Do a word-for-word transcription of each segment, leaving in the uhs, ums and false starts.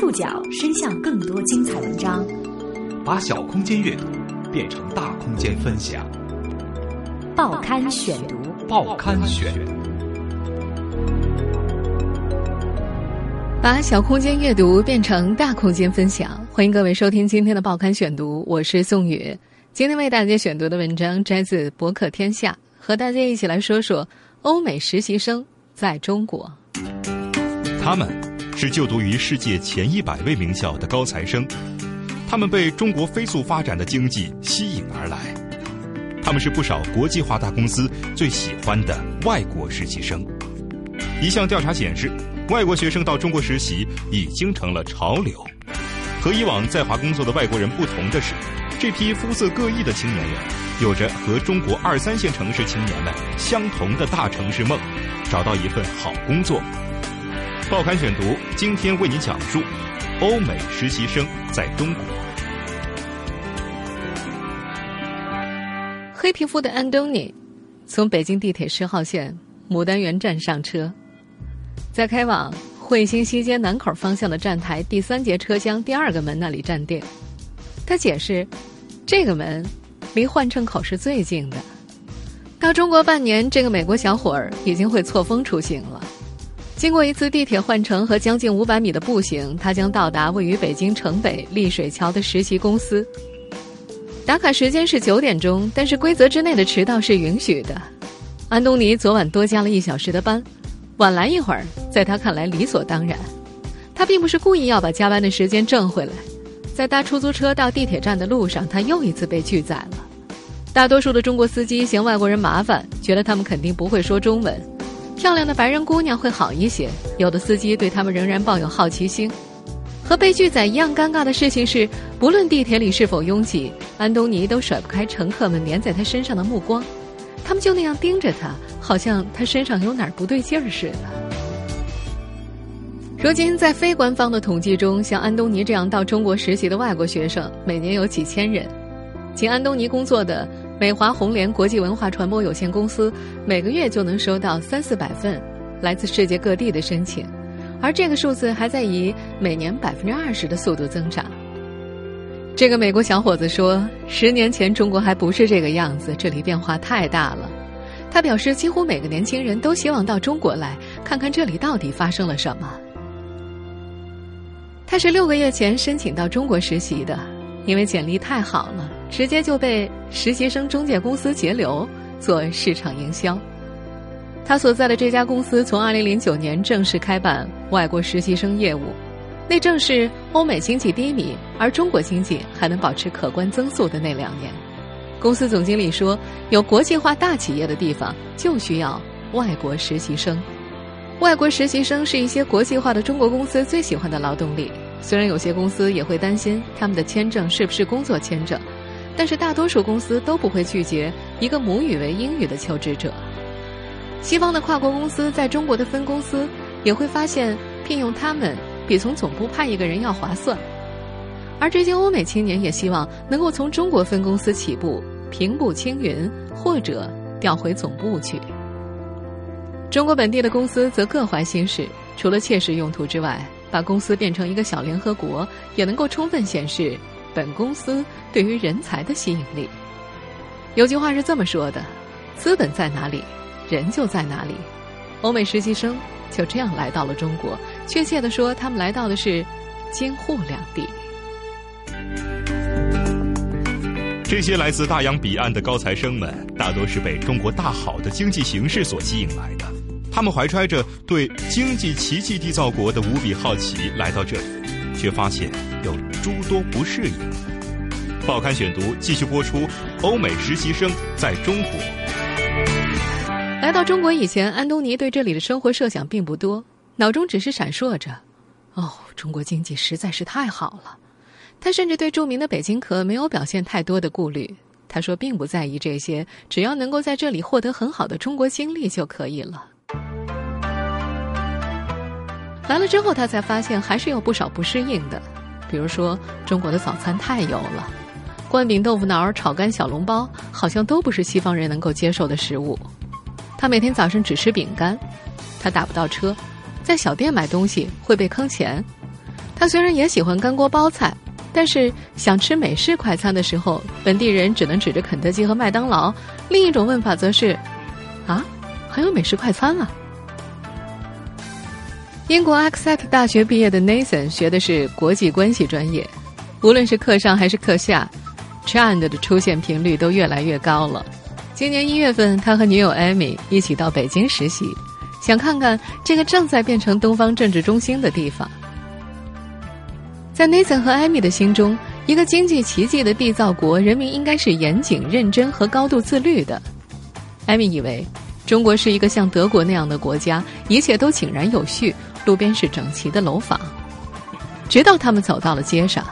触角伸向更多精彩文章， 把小空间阅读变成大空间分享。 报刊选读， 报刊选， 把小空间阅读变成大空间分享。欢迎各位收听今天的报刊选读，我是宋宇。今天为大家选读的文章摘自博客天下，和大家一起来说说欧美实习生在中国。 他们是就读于世界前一百位名校的高材生，他们被中国飞速发展的经济吸引而来，他们是不少国际化大公司最喜欢的外国实习生。一项调查显示，外国学生到中国实习已经成了潮流。和以往在华工作的外国人不同的是，这批肤色各异的青年人有着和中国二三线城市青年们相同的大城市梦，找到一份好工作。报刊选读今天为您讲述欧美实习生在中国。 黑皮肤的安东尼从北京地铁十号线牡丹园站上车，在开往汇兴西街南口方向的站台第三节车厢第二个门那里站定。他解释，这个门离换乘口是最近的。到中国半年，这个美国小伙儿已经会错峰出行了。经过一次地铁换乘和将近五百米的步行，他将到达位于北京城北丽水桥的实习公司。打卡时间是九点钟，但是规则之内的迟到是允许的。安东尼昨晚多加了一小时的班，晚来一会儿，在他看来理所当然。他并不是故意要把加班的时间挣回来。在搭出租车到地铁站的路上，他又一次被拒载了。大多数的中国司机嫌外国人麻烦，觉得他们肯定不会说中文。漂亮的白人姑娘会好一些，有的司机对他们仍然抱有好奇心。和被拒载一样尴尬的事情是，不论地铁里是否拥挤，安东尼都甩不开乘客们粘在他身上的目光，他们就那样盯着他，好像他身上有哪儿不对劲儿似的。如今在非官方的统计中，像安东尼这样到中国实习的外国学生每年有几千人。请安东尼工作的美华红联国际文化传播有限公司每个月就能收到三四百份来自世界各地的申请，而这个数字还在以每年百分之二十的速度增长。这个美国小伙子说，十年前中国还不是这个样子，这里变化太大了。他表示，几乎每个年轻人都希望到中国来看看这里到底发生了什么。他是六个月前申请到中国实习的，因为简历太好了，直接就被实习生中介公司截留做市场营销。他所在的这家公司从二零零九年正式开办外国实习生业务，那正是欧美经济低迷，而中国经济还能保持可观增速的那两年。公司总经理说，有国际化大企业的地方就需要外国实习生。外国实习生是一些国际化的中国公司最喜欢的劳动力，虽然有些公司也会担心他们的签证是不是工作签证，但是大多数公司都不会拒绝一个母语为英语的求职者。西方的跨国公司在中国的分公司也会发现聘用他们比从总部派一个人要划算，而这些欧美青年也希望能够从中国分公司起步，平步青云，或者调回总部去。中国本地的公司则各怀心事，除了切实用途之外，把公司变成一个小联合国，也能够充分显示本公司对于人才的吸引力。有句话是这么说的，资本在哪里，人就在哪里。欧美实习生就这样来到了中国，确切地说，他们来到的是京沪两地。 这些来自大洋彼岸的高材生们，大多是被中国大好的经济形势所吸引来的。他们怀揣着对经济奇迹缔造国的无比好奇来到这里，却发现有诸多不适应。报刊选读继续播出欧美实习生在中国。 来到中国以前，安东尼对这里的生活设想并不多，脑中只是闪烁着，哦，中国经济实在是太好了。他甚至对著名的北京壳没有表现太多的顾虑，他说并不在意这些，只要能够在这里获得很好的中国经历就可以了。来了之后，他才发现还是有不少不适应的，比如说中国的早餐太油了，灌饼、豆腐脑、炒肝、小笼包好像都不是西方人能够接受的食物。他每天早上只吃饼干，他打不到车，在小店买东西会被坑钱。 他虽然也喜欢干锅包菜，但是想吃美式快餐的时候，本地人只能指着肯德基和麦当劳。另一种问法则是，啊，还有美式快餐啊！英国 Exeter 大学毕业的 Nathan 学的是国际关系专业，无论是课上还是课下 Chand 的出现频率都越来越高了。今年一月份，他和女友 Amy 一起到北京实习，想看看这个正在变成东方政治中心的地方。在 Nathan 和 Amy 的心中，一个经济奇迹的缔造国，人民应该是严谨、认真和高度自律的。Amy 以为中国是一个像德国那样的国家，一切都井然有序，路边是整齐的楼房。直到他们走到了街上，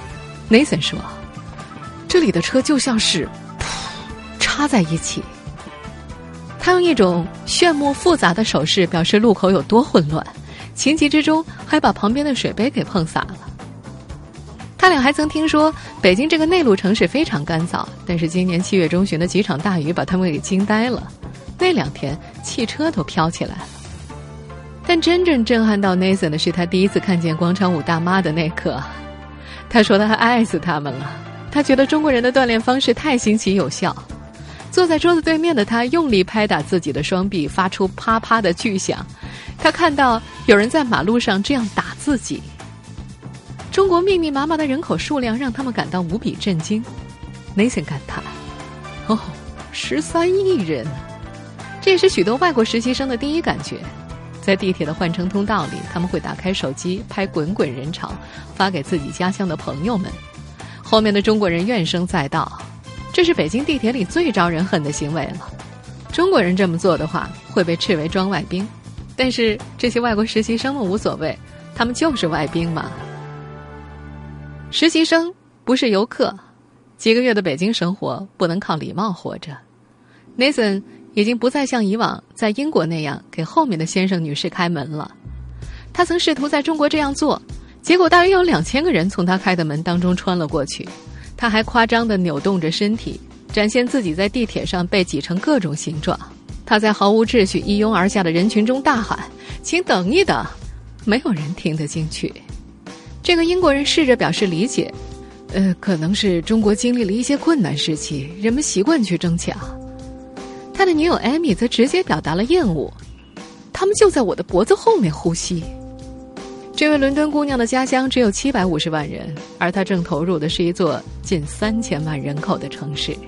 Nathan 说，这里的车就像是插在一起。他用一种炫目复杂的手势表示路口有多混乱，情急之中还把旁边的水杯给碰洒了。他俩还曾听说北京这个内陆城市非常干燥，但是今年七月中旬的几场大雨把他们给惊呆了，那两天汽车都飘起来了。但真正震撼到 Nathan 的是他第一次看见广场舞大妈的那刻。他说他爱死他们了，他觉得中国人的锻炼方式太新奇有效。坐在桌子对面的他用力拍打自己的双臂，发出啪啪的巨响。他看到有人在马路上这样打自己。中国密密麻麻的人口数量让他们感到无比震惊。Nathan 感叹，哦，十三亿人，这也是许多外国实习生的第一感觉。在地铁的换乘通道里，他们会打开手机拍滚滚人潮，发给自己家乡的朋友们。后面的中国人怨声载道，这是北京地铁里最招人恨的行为了。中国人这么做的话，会被斥为装外宾。但是这些外国实习生们无所谓，他们就是外宾嘛。实习生不是游客，几个月的北京生活不能靠礼貌活着。Nathan 已经不再像以往在英国那样给后面的先生女士开门了。他曾试图在中国这样做，结果大约有两千个人从他开的门当中穿了过去。他还夸张地扭动着身体，展现自己在地铁上被挤成各种形状。他在毫无秩序一拥而下的人群中大喊，请等一等。没有人听得进去。这个英国人试着表示理解，呃，可能是中国经历了一些困难时期，人们习惯去争抢。他的女友艾米则直接表达了厌恶，他们就在我的脖子后面呼吸。这位伦敦姑娘的家乡只有七百五十万人，而她正投入的是一座近三千万人口的城市。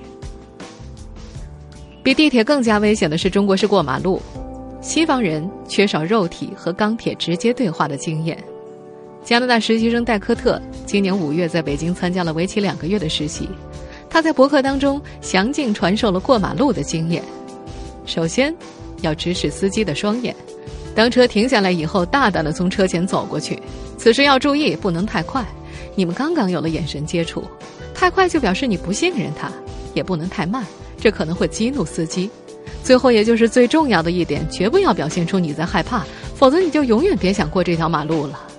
比地铁更加危险的是中国式过马路，西方人缺少肉体和钢铁直接对话的经验。加拿大实习生戴科特今年五月在北京参加了为期两个月的实习，他在博客当中详尽传授了过马路的经验。首先要直视司机的双眼，当车停下来以后大胆地从车前走过去，此时要注意不能太快，你们刚刚有了眼神接触，太快就表示你不信任他，也不能太慢，这可能会激怒司机。最后也就是最重要的一点，绝不要表现出你在害怕，否则你就永远别想过这条马路了。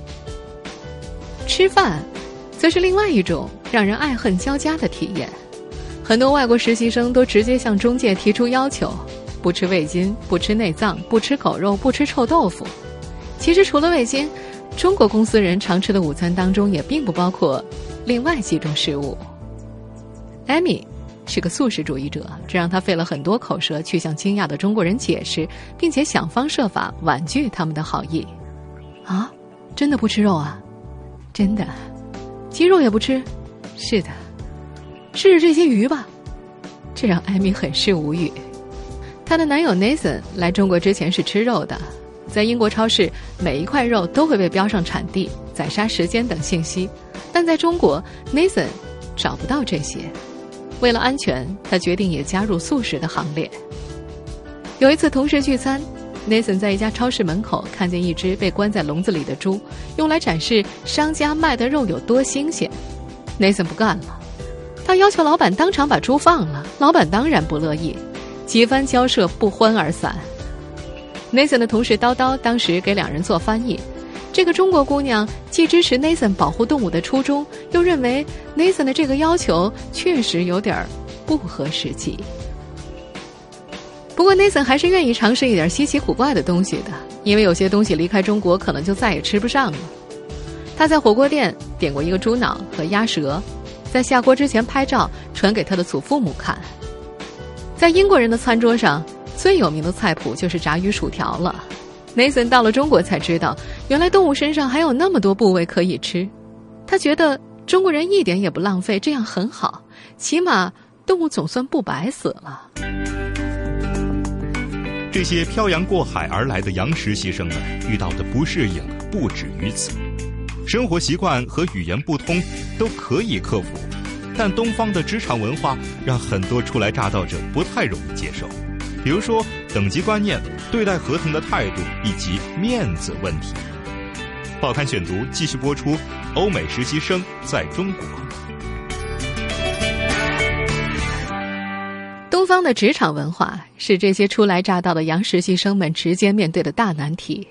吃饭则是另外一种让人爱恨交加的体验。很多外国实习生都直接向中介提出要求，不吃味精，不吃内脏，不吃狗肉，不吃臭豆腐。其实除了味精，中国公司人常吃的午餐当中也并不包括另外几种食物。艾米是个素食主义者，这让他费了很多口舌去向惊讶的中国人解释，并且想方设法婉拒他们的好意。啊，真的不吃肉啊？真的。鸡肉也不吃？是的。试试这些鱼吧。这让艾米很是无语。她的男友 Nathan 来中国之前是吃肉的，在英国超市每一块肉都会被标上产地、宰杀时间等信息，但在中国 Nathan 找不到这些。为了安全，他决定也加入素食的行列。有一次同事聚餐， Nathan 在一家超市门口看见一只被关在笼子里的猪，用来展示商家卖的肉有多新鲜。 Nathan 不干了，他要求老板当场把猪放了，老板当然不乐意，几番交涉不欢而散。 Nathan 的同事叨叨当时给两人做翻译，这个中国姑娘既支持 Nathan 保护动物的初衷，又认为 Nathan 的这个要求确实有点不合实际。不过 Nathan 还是愿意尝试一点稀奇古怪的东西的，因为有些东西离开中国可能就再也吃不上了。 他在火锅店点过一个猪脑和鸭舌，在下锅之前拍照传给他的祖父母看。在英国人的餐桌上，最有名的菜谱就是炸鱼薯条了。Nathan 到了中国才知道，原来动物身上还有那么多部位可以吃。他觉得中国人一点也不浪费，这样很好，起码动物总算不白死了。 这些漂洋过海而来的洋实习生们遇到的不适应不止于此，生活习惯和语言不通都可以克服，但东方的职场文化让很多初来乍到者不太容易接受，比如说等级观念、对待合同的态度以及面子问题。报刊选读继续播出，欧美实习生在中国。 东方的职场文化是这些初来乍到的洋实习生们直接面对的大难题。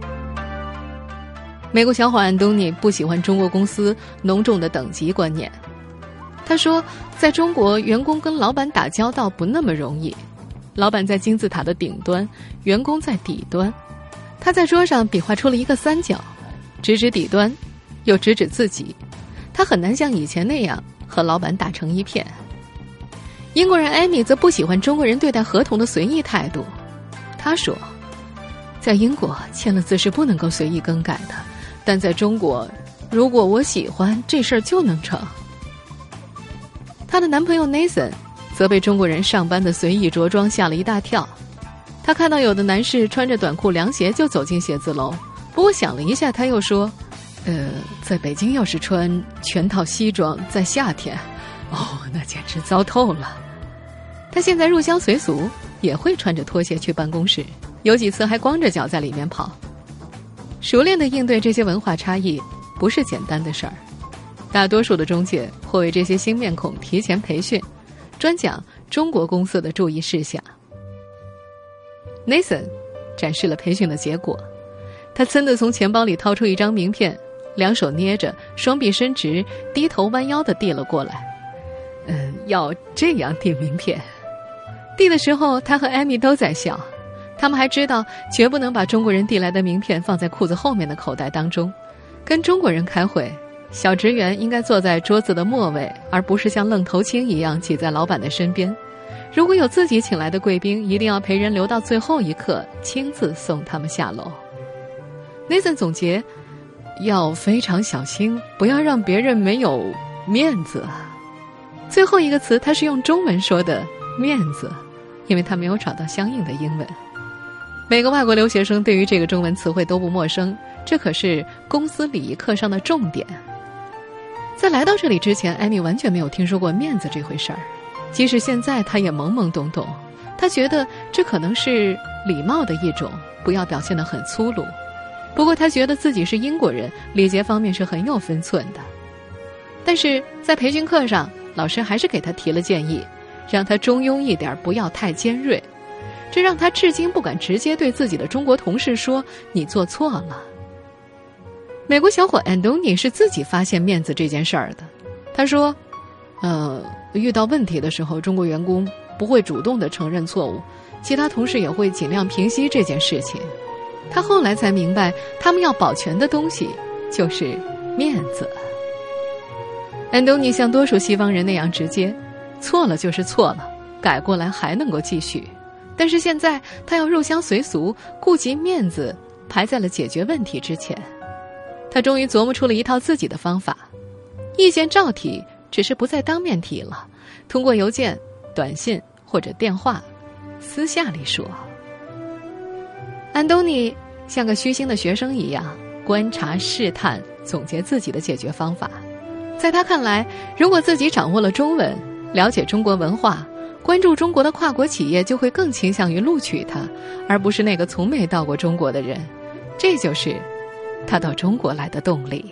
美国小伙安东尼不喜欢中国公司浓重的等级观念。他说，在中国，员工跟老板打交道不那么容易，老板在金字塔的顶端，员工在底端。他在桌上比划出了一个三角，指指底端，又指指自己。他很难像以前那样和老板打成一片。英国人艾米则不喜欢中国人对待合同的随意态度。他说，在英国签了字是不能够随意更改的，但在中国，如果我喜欢，这事儿就能成。她的男朋友 Nathan 则被中国人上班的随意着装吓了一大跳。他看到有的男士穿着短裤凉鞋就走进写字楼，不过想了一下，他又说，呃，在北京要是穿全套西装，在夏天，哦，那简直糟透了。他现在入乡随俗，也会穿着拖鞋去办公室，有几次还光着脚在里面跑。熟练地应对这些文化差异不是简单的事儿。大多数的中介会为这些新面孔提前培训，专讲中国公司的注意事项。Nathan 展示了培训的结果，他嗔地从钱包里掏出一张名片，两手捏着，双臂伸直，低头弯腰地递了过来。嗯，要这样递名片。递的时候，他和艾米都在笑。他们还知道，绝不能把中国人递来的名片放在裤子后面的口袋当中。跟中国人开会，小职员应该坐在桌子的末位，而不是像愣头青一样挤在老板的身边。如果有自己请来的贵宾，一定要陪人留到最后一刻，亲自送他们下楼。Nathan 总结，要非常小心，不要让别人没有面子。最后一个词他是用中文说的面子，因为他没有找到相应的英文。每个外国留学生对于这个中文词汇都不陌生，这可是公司礼仪课上的重点。在来到这里之前，艾米完全没有听说过面子这回事儿，即使现在她也懵懵懂懂。她觉得这可能是礼貌的一种，不要表现得很粗鲁。不过她觉得自己是英国人，礼节方面是很有分寸的。但是在培训课上，老师还是给她提了建议，让她中庸一点，不要太尖锐。这让她至今不敢直接对自己的中国同事说你做错了。美国小伙安东尼是自己发现面子这件事儿的。他说，呃，遇到问题的时候，中国员工不会主动的承认错误，其他同事也会尽量平息这件事情。他后来才明白，他们要保全的东西就是面子。安东尼像多数西方人那样直接，错了就是错了，改过来还能够继续。但是现在他要入乡随俗，顾及面子排在了解决问题之前。他终于琢磨出了一套自己的方法，意见照提，只是不再当面提了，通过邮件、短信或者电话私下里说。安东尼像个虚心的学生一样观察试探，总结自己的解决方法。在他看来，如果自己掌握了中文，了解中国文化，关注中国的跨国企业就会更倾向于录取他，而不是那个从没到过中国的人。这就是他到中国来的动力。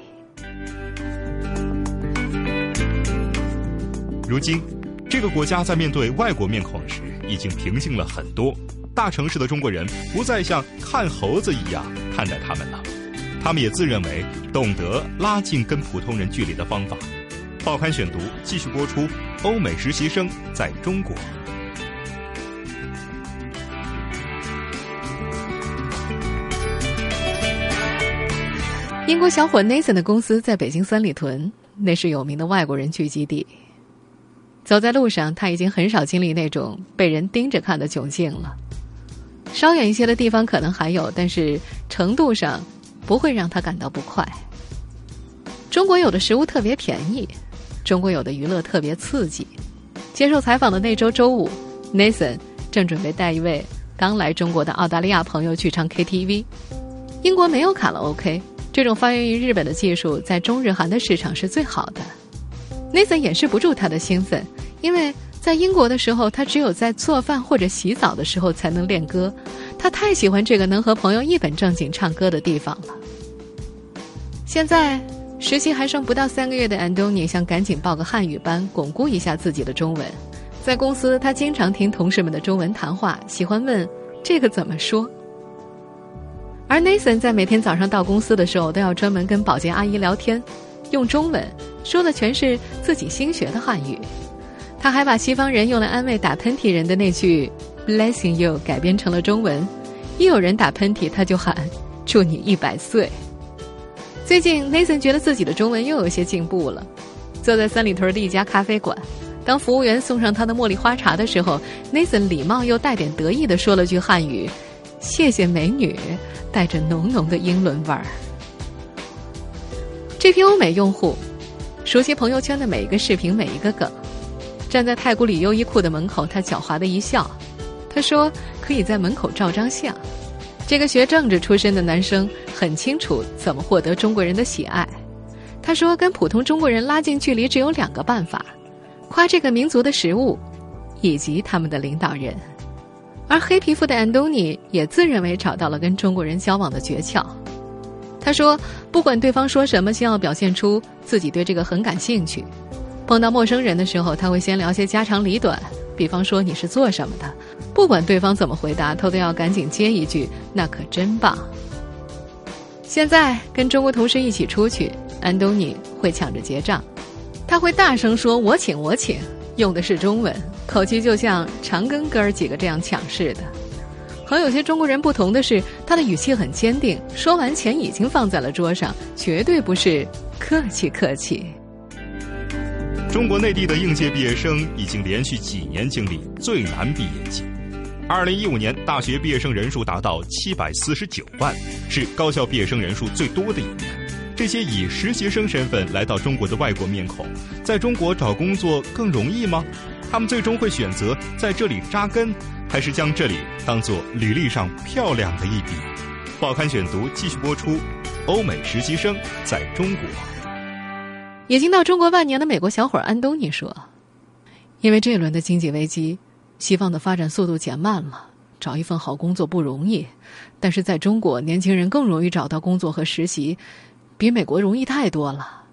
如今，这个国家在面对外国面孔时已经平静了很多，大城市的中国人不再像看猴子一样看待他们了，他们也自认为懂得拉近跟普通人距离的方法。报刊选读继续播出，欧美实习生在中国。 英国小伙 Nathan 的公司在北京三里屯，那是有名的外国人聚集地。走在路上，他已经很少经历那种被人盯着看的窘境了。稍远一些的地方可能还有，但是程度上不会让他感到不快。中国有的食物特别便宜，中国有的娱乐特别刺激。接受采访的那周周五， Nathan 正准备带一位刚来中国的澳大利亚朋友去唱 K T V。 英国没有卡拉 OK， 这种发源于日本的技术在中日韩的市场是最好的。Nathan 掩饰不住他的兴奋，因为在英国的时候，他只有在做饭或者洗澡的时候才能练歌。他太喜欢这个能和朋友一本正经唱歌的地方了。现在实习还剩不到三个月的安东尼想赶紧报个汉语班，巩固一下自己的中文。在公司，他经常听同事们的中文谈话，喜欢问这个怎么说。而 Nathan 在每天早上到公司的时候，都要专门跟保洁阿姨聊天，用中文，说的全是自己新学的汉语。他还把西方人用来安慰打喷嚏人的那句 Blessing you 改编成了中文，一有人打喷嚏，他就喊祝你一百岁。最近 Nathan 觉得自己的中文又有些进步了。坐在三里屯的一家咖啡馆，当服务员送上他的茉莉花茶的时候， Nathan 礼貌又带点得意地说了句汉语，谢谢美女，带着浓浓的英伦味儿。这批欧美用户熟悉朋友圈的每一个视频，每一个梗。站在太古里优衣库的门口，他狡猾的一笑，他说可以在门口照张相。这个学政治出身的男生很清楚怎么获得中国人的喜爱。他说跟普通中国人拉近距离只有两个办法，夸这个民族的食物以及他们的领导人。而黑皮肤的安东尼也自认为找到了跟中国人交往的诀窍。他说不管对方说什么，先要表现出自己对这个很感兴趣。碰到陌生人的时候，他会先聊些家长里短，比方说你是做什么的，不管对方怎么回答，他都要赶紧接一句那可真棒。现在跟中国同事一起出去，安东尼会抢着结账，他会大声说我请我请，用的是中文，口气就像常跟哥儿几个这样抢似的。和有些中国人不同的是，他的语气很坚定，说完钱已经放在了桌上，绝对不是客气客气。 中国内地的应届毕业生已经连续几年经历最难毕业季。二零一五年大学毕业生人数达到七百四十九万，是高校毕业生人数最多的一年。这些以实习生身份来到中国的外国面孔，在中国找工作更容易吗？他们最终会选择在这里扎根，还是将这里当作履历上漂亮的一笔？报刊选读继续播出，欧美实习生在中国。 已经到中国半年的美国小伙安东尼说，因为这轮的经济危机，西方的发展速度减慢了，找一份好工作不容易，但是在中国年轻人更容易找到工作和实习，比美国容易太多了。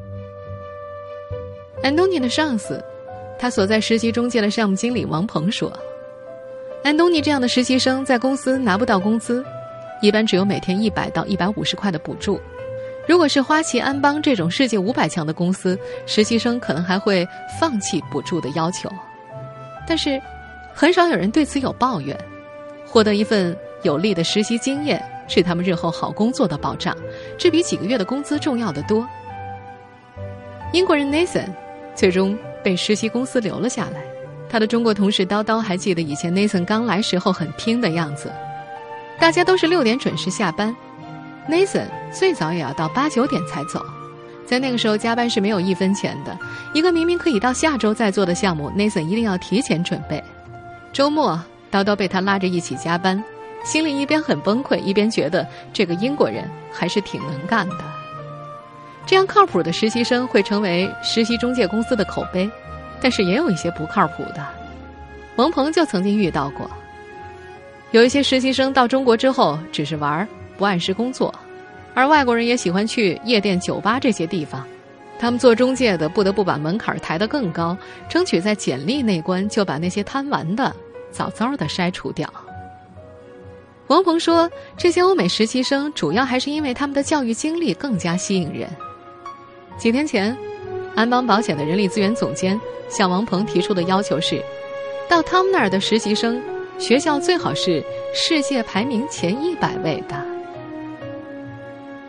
安东尼的上司，他所在实习中介的项目经理王鹏说，安东尼这样的实习生在公司拿不到工资，一般只有每天一百到一百五十块的补助。如果是花旗、安邦这种世界五百强的公司，实习生可能还会放弃补助的要求。但是很少有人对此有抱怨，获得一份有利的实习经验是他们日后好工作的保障，这比几个月的工资重要得多。英国人 Nathan 最终被实习公司留了下来，他的中国同事叨叨还记得以前 Nathan 刚来时候很拼的样子，大家都是六点准时下班， Nathan 最早也要到八九点才走。在那个时候加班是没有一分钱的，一个明明可以到下周再做的项目， Nathan 一定要提前准备。周末叨叨被他拉着一起加班，心里一边很崩溃，一边觉得这个英国人还是挺能干的。这样靠谱的实习生会成为实习中介公司的口碑，但是也有一些不靠谱的。王鹏就曾经遇到过，有一些实习生到中国之后只是玩，不按时工作，而外国人也喜欢去夜店、酒吧这些地方，他们做中介的不得不把门槛抬得更高，争取在简历那关就把那些贪玩的早早地筛除掉。王鹏说，这些欧美实习生主要还是因为他们的教育经历更加吸引人。几天前，安邦保险的人力资源总监向王鹏提出的要求是，到他们那儿的实习生学校最好是世界排名前一百位的。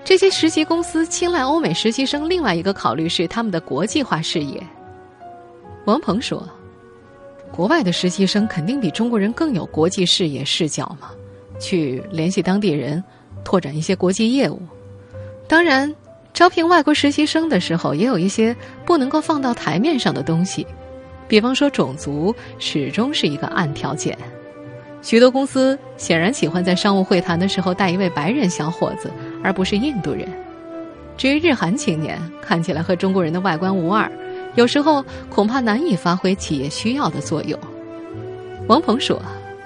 这些实习公司青睐欧美实习生，另外一个考虑是他们的国际化视野。王鹏说，国外的实习生肯定比中国人更有国际视野视角嘛，去联系当地人，拓展一些国际业务。当然，招聘外国实习生的时候，也有一些不能够放到台面上的东西，比方说种族始终是一个暗条件。许多公司显然喜欢在商务会谈的时候带一位白人小伙子，而不是印度人。至于日韩青年，看起来和中国人的外观无二，有时候恐怕难以发挥企业需要的作用。王鹏说，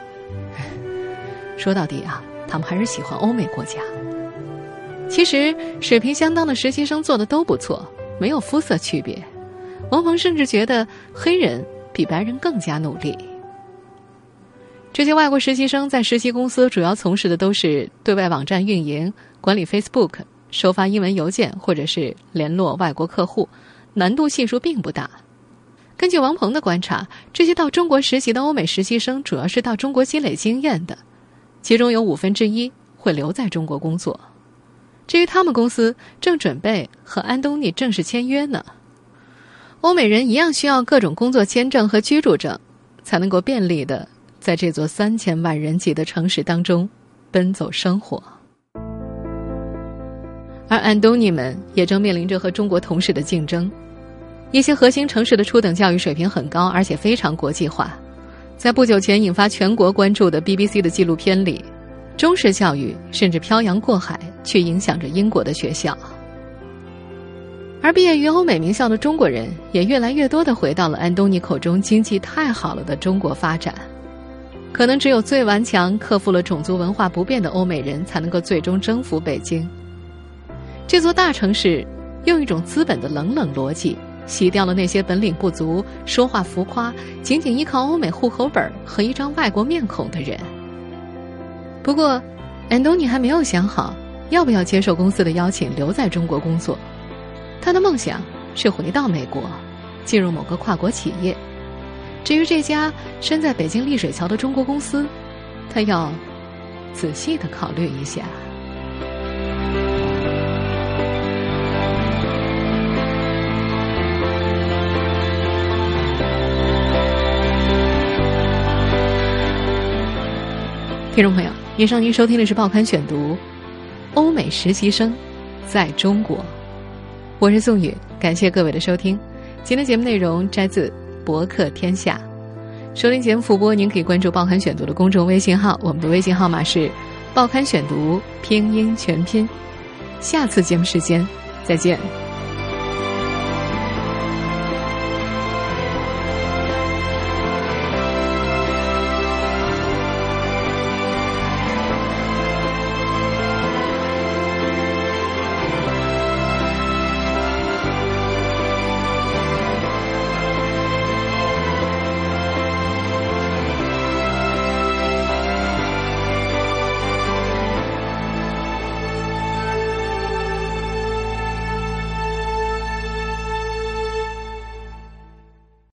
说到底啊，他们还是喜欢欧美国家。其实水平相当的实习生做的都不错，没有肤色区别。王鹏甚至觉得黑人比白人更加努力。这些外国实习生在实习公司主要从事的都是对外网站运营、管理 Facebook、收发英文邮件或者是联络外国客户，难度系数并不大。根据王鹏的观察，这些到中国实习的欧美实习生主要是到中国积累经验的，其中有五分之一会留在中国工作。至于他们公司正准备和安东尼正式签约呢。欧美人一样需要各种工作签证和居住证，才能够便利的在这座三千万人级的城市当中奔走生活。而安东尼们也正面临着和中国同事的竞争。一些核心城市的初等教育水平很高，而且非常国际化。在不久前引发全国关注的 B B C 的纪录片里，中式教育甚至漂洋过海去影响着英国的学校。而毕业于欧美名校的中国人也越来越多地回到了安东尼口中经济太好了的中国发展。可能只有最顽强克服了种族文化不变的欧美人才能够最终征服北京。这座大城市用一种资本的冷冷逻辑洗掉了那些本领不足、说话浮夸、仅仅依靠欧美户口本和一张外国面孔的人。不过安东尼还没有想好要不要接受公司的邀请留在中国工作。他的梦想是回到美国，进入某个跨国企业。至于这家身在北京丽水桥的中国公司，他要仔细地考虑一下。听众朋友，以上您收听的是《报刊选读》，欧美实习生在中国。我是宋宇，感谢各位的收听。今天节目内容摘自博客天下。收听节目复播，您可以关注《报刊选读》的公众微信号，我们的微信号码是《报刊选读》拼音全拼。下次节目时间再见。